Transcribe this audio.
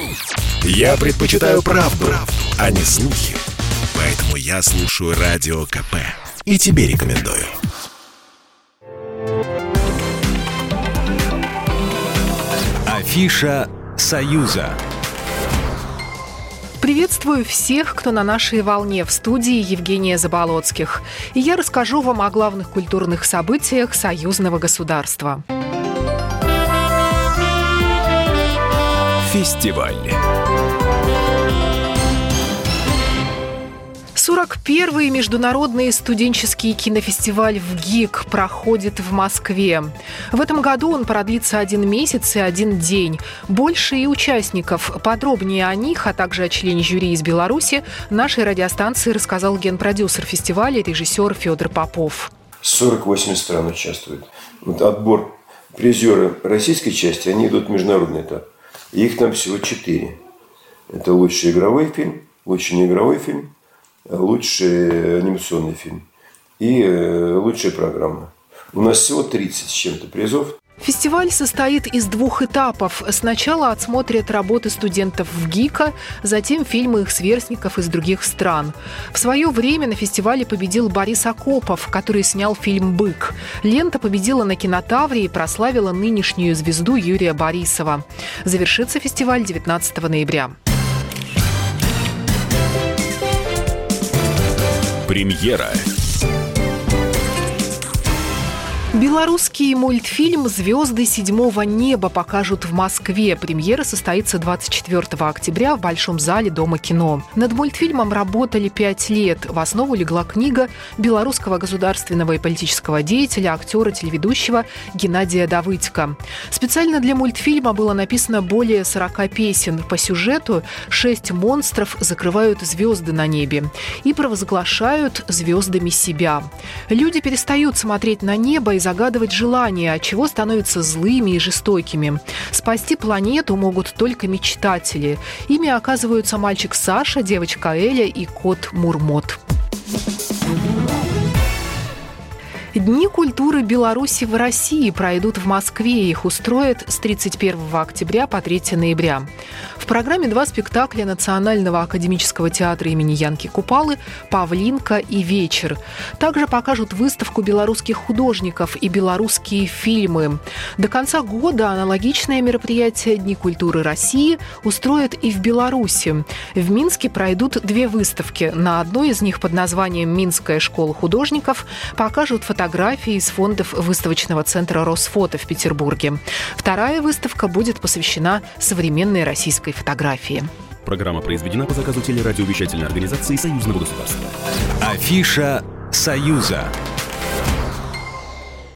Я предпочитаю правду, а не слухи. Поэтому я слушаю Радио КП. И тебе рекомендую. Афиша «Союза». Приветствую всех, кто на нашей волне. В студии Евгения Заболоцких. И я расскажу вам о главных культурных событиях союзного государства. Фестиваль. 41-й международный студенческий кинофестиваль ВГИК проходит в Москве. В этом году он продлится 1 месяц и 1 день. Больше и участников. Подробнее о них, а также о члене жюри из Беларуси, нашей радиостанции рассказал генпродюсер фестиваля, режиссер Федор Попов. 48 стран участвуют. Отбор призеры российской части, они идут в международный этап. И их там всего 4. Это лучший игровой фильм, лучший неигровой фильм, лучший анимационный фильм и лучшая программа. У нас всего 30 с чем-то призов. Фестиваль состоит из 2 этапов. Сначала отсмотрят работы студентов ВГИКа, затем фильмы их сверстников из других стран. В свое время на фестивале победил Борис Акопов, который снял фильм «Бык». Лента победила на Кинотавре и прославила нынешнюю звезду Юрия Борисова. Завершится фестиваль 19 ноября. Премьера. Белорусский мультфильм «Звезды седьмого неба» покажут в Москве. Премьера состоится 24 октября в Большом зале Дома кино. Над мультфильмом работали 5 лет. В основу легла книга белорусского государственного и политического деятеля, актера, телеведущего Геннадия Давыдько. Специально для мультфильма было написано более 40 песен. По сюжету 6 монстров закрывают звезды на небе и провозглашают звездами себя. Люди перестают смотреть на небо и загадывать желания, отчего становятся злыми и жестокими. Спасти планету могут только мечтатели. Ими оказываются мальчик Саша, девочка Эля и кот Мурмот. Дни культуры Беларуси в России пройдут в Москве. Их устроят с 31 октября по 3 ноября. В программе 2 спектакля Национального академического театра имени Янки Купалы «Павлинка» и «Вечер». Также покажут выставку белорусских художников и белорусские фильмы. До конца года аналогичное мероприятие «Дни культуры России» устроят и в Беларуси. В Минске пройдут 2 выставки. На одной из них под названием «Минская школа художников» покажут фотографии из фондов выставочного центра «Росфото» в Петербурге. Вторая выставка будет посвящена современной российской фотографии. Программа произведена по заказу телерадиовещательной организации Союзного государства. Афиша «Союза».